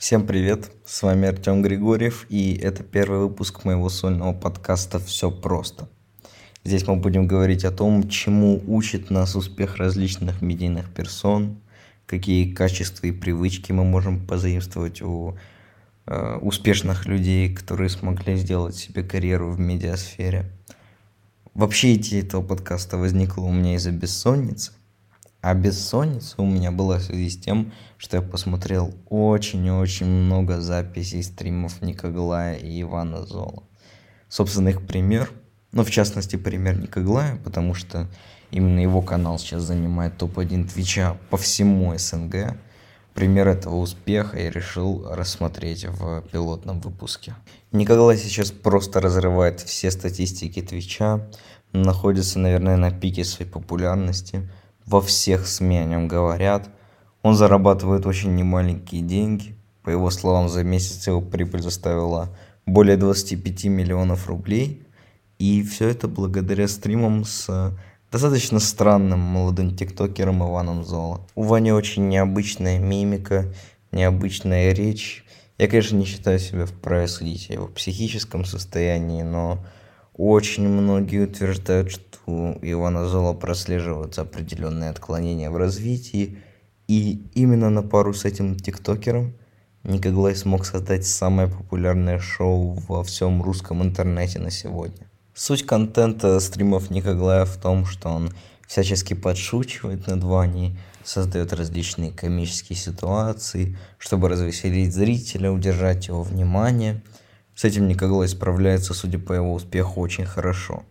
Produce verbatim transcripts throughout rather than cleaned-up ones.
Всем привет, с вами Артем Григорьев, и это первый выпуск моего сольного подкаста «Все просто». Здесь мы будем говорить о том, чему учит нас успех различных медийных персон, какие качества и привычки мы можем позаимствовать у э, успешных людей, которые смогли сделать себе карьеру в медиасфере. Вообще идея этого подкаста возникла у меня из-за бессонницы. А бессонница у меня была в связи с тем, что я посмотрел очень-очень много записей стримов Никоглая и Ивана Зола. Собственно, их пример, ну, в частности, пример Никоглая, потому что именно его канал сейчас занимает топ один Твича по всему СНГ. Пример этого успеха я решил рассмотреть в пилотном выпуске. Никоглай сейчас просто разрывает все статистики Твича, находится, наверное, на пике своей популярности. Во всех СМИ о нем говорят. Он зарабатывает очень немаленькие деньги. По его словам, за месяц его прибыль составила более двадцать пять миллионов рублей. И все это благодаря стримам с достаточно странным молодым тиктокером Иваном Золо. У Вани очень необычная мимика, необычная речь. Я, конечно, не считаю себя вправе судить о его психическом состоянии, но очень многие утверждают, что у Ивана Зола прослеживаются определенные отклонения в развитии, и именно на пару с этим тиктокером Никоглай смог создать самое популярное шоу во всем русском интернете на сегодня. Суть контента стримов Никоглая в том, что он всячески подшучивает над Ваней, создает различные комические ситуации, чтобы развеселить зрителя, удержать его внимание. С этим Никоглай справляется, судя по его успеху, очень хорошо.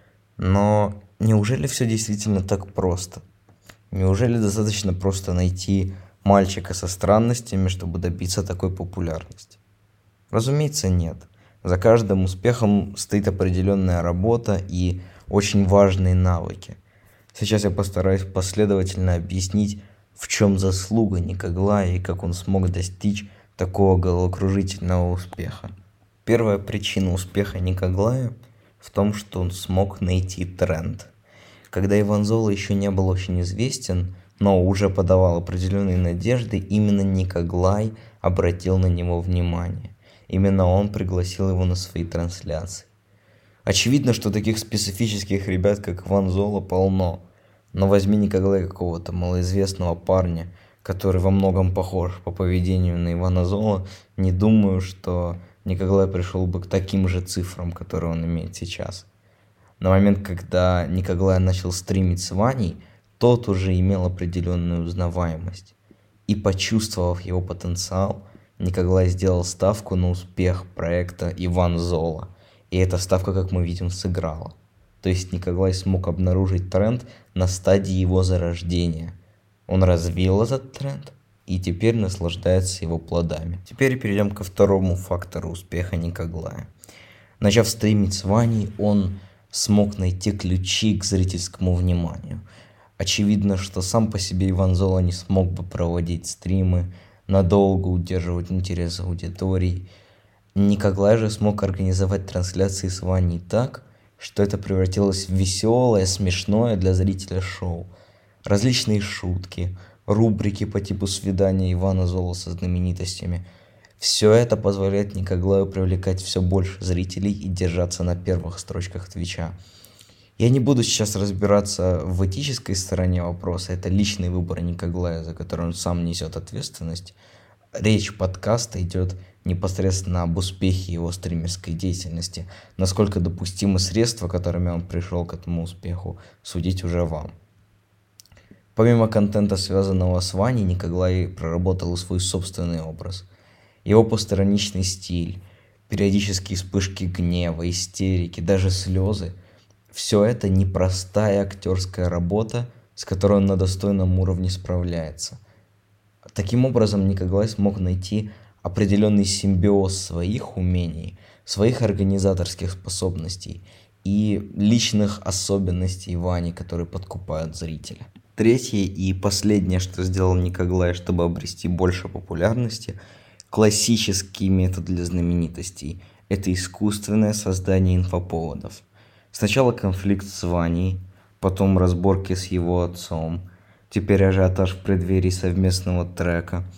Но неужели все действительно так просто? Неужели достаточно просто найти мальчика со странностями, чтобы добиться такой популярности? Разумеется, нет. За каждым успехом стоит определенная работа и очень важные навыки. Сейчас я постараюсь последовательно объяснить, в чем заслуга Никоглая и как он смог достичь такого головокружительного успеха. Первая причина успеха Никоглая в том, что он смог найти тренд. Когда Иван Золо еще не был очень известен, но уже подавал определенные надежды, именно Никоглай обратил на него внимание. Именно он пригласил его на свои трансляции. Очевидно, что таких специфических ребят, как Иван Золо, полно. Но возьми Никоглая какого-то малоизвестного парня, который во многом похож по поведению на Ивана Золо, не думаю, что Никоглай пришел бы к таким же цифрам, которые он имеет сейчас. На момент, когда Никоглай начал стримить с Ваней, тот уже имел определенную узнаваемость. И почувствовав его потенциал, Никоглай сделал ставку на успех проекта Иван Золо. И эта ставка, как мы видим, сыграла. То есть Никоглай смог обнаружить тренд на стадии его зарождения. Он развил этот тренд и теперь наслаждается его плодами. Теперь перейдем ко второму фактору успеха Никоглая. Начав стримить с Ваней, он смог найти ключи к зрительскому вниманию. Очевидно, что сам по себе Иван Золо не смог бы проводить стримы, надолго удерживать интерес аудитории. Никоглай же смог организовать трансляции с Ваней так, что это превратилось в веселое, смешное для зрителя шоу. Различные шутки, рубрики по типу свидания Ивана Золо со знаменитостями. Все это позволяет Никоглаю привлекать все больше зрителей и держаться на первых строчках Твича. Я не буду сейчас разбираться в этической стороне вопроса, это личный выбор Никоглая, за который он сам несет ответственность. Речь подкаста идет непосредственно об успехе его стримерской деятельности. Насколько допустимы средства, которыми он пришел к этому успеху, судить уже вам. Помимо контента, связанного с Ваней, Никоглай проработал свой собственный образ. Его постироничный стиль, периодические вспышки гнева, истерики, даже слезы – все это непростая актерская работа, с которой он на достойном уровне справляется. Таким образом, Никоглай смог найти определенный симбиоз своих умений, своих организаторских способностей и личных особенностей Вани, которые подкупают зрителя. Третье и последнее, что сделал Никоглай, чтобы обрести больше популярности – классический метод для знаменитостей – это искусственное создание инфоповодов. Сначала конфликт с Ваней, потом разборки с его отцом, теперь ажиотаж в преддверии совместного трека.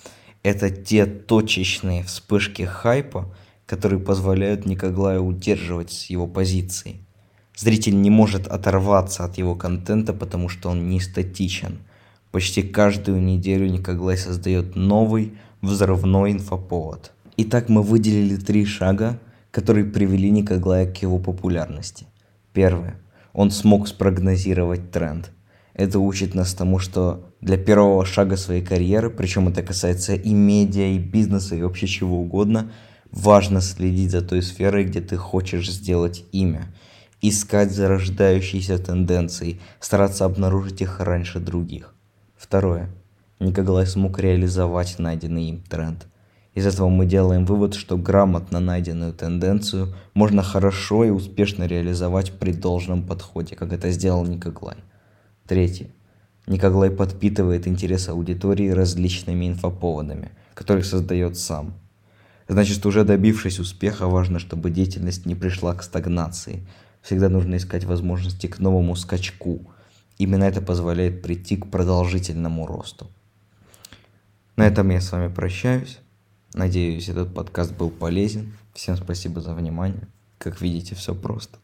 Это те точечные вспышки хайпа, которые позволяют Никоглаю удерживать его позиции. Зритель не может оторваться от его контента, потому что он не статичен. Почти каждую неделю Никоглай создает новый взрывной инфоповод. Итак, мы выделили три шага, которые привели Никоглая к его популярности. Первое. Он смог спрогнозировать тренд. Это учит нас тому, что для первого шага своей карьеры, причем это касается и медиа, и бизнеса, и вообще чего угодно, важно следить за той сферой, где ты хочешь сделать имя. Искать зарождающиеся тенденции, стараться обнаружить их раньше других. Второе. Никоглай смог реализовать найденный им тренд. Из этого мы делаем вывод, что грамотно найденную тенденцию можно хорошо и успешно реализовать при должном подходе, как это сделал Никоглай. Третье. Никоглай подпитывает интерес аудитории различными инфоповодами, которые создает сам. Значит, уже добившись успеха, важно, чтобы деятельность не пришла к стагнации. Всегда нужно искать возможности к новому скачку. Именно это позволяет прийти к продолжительному росту. На этом я с вами прощаюсь. Надеюсь, этот подкаст был полезен. Всем спасибо за внимание. Как видите, все просто.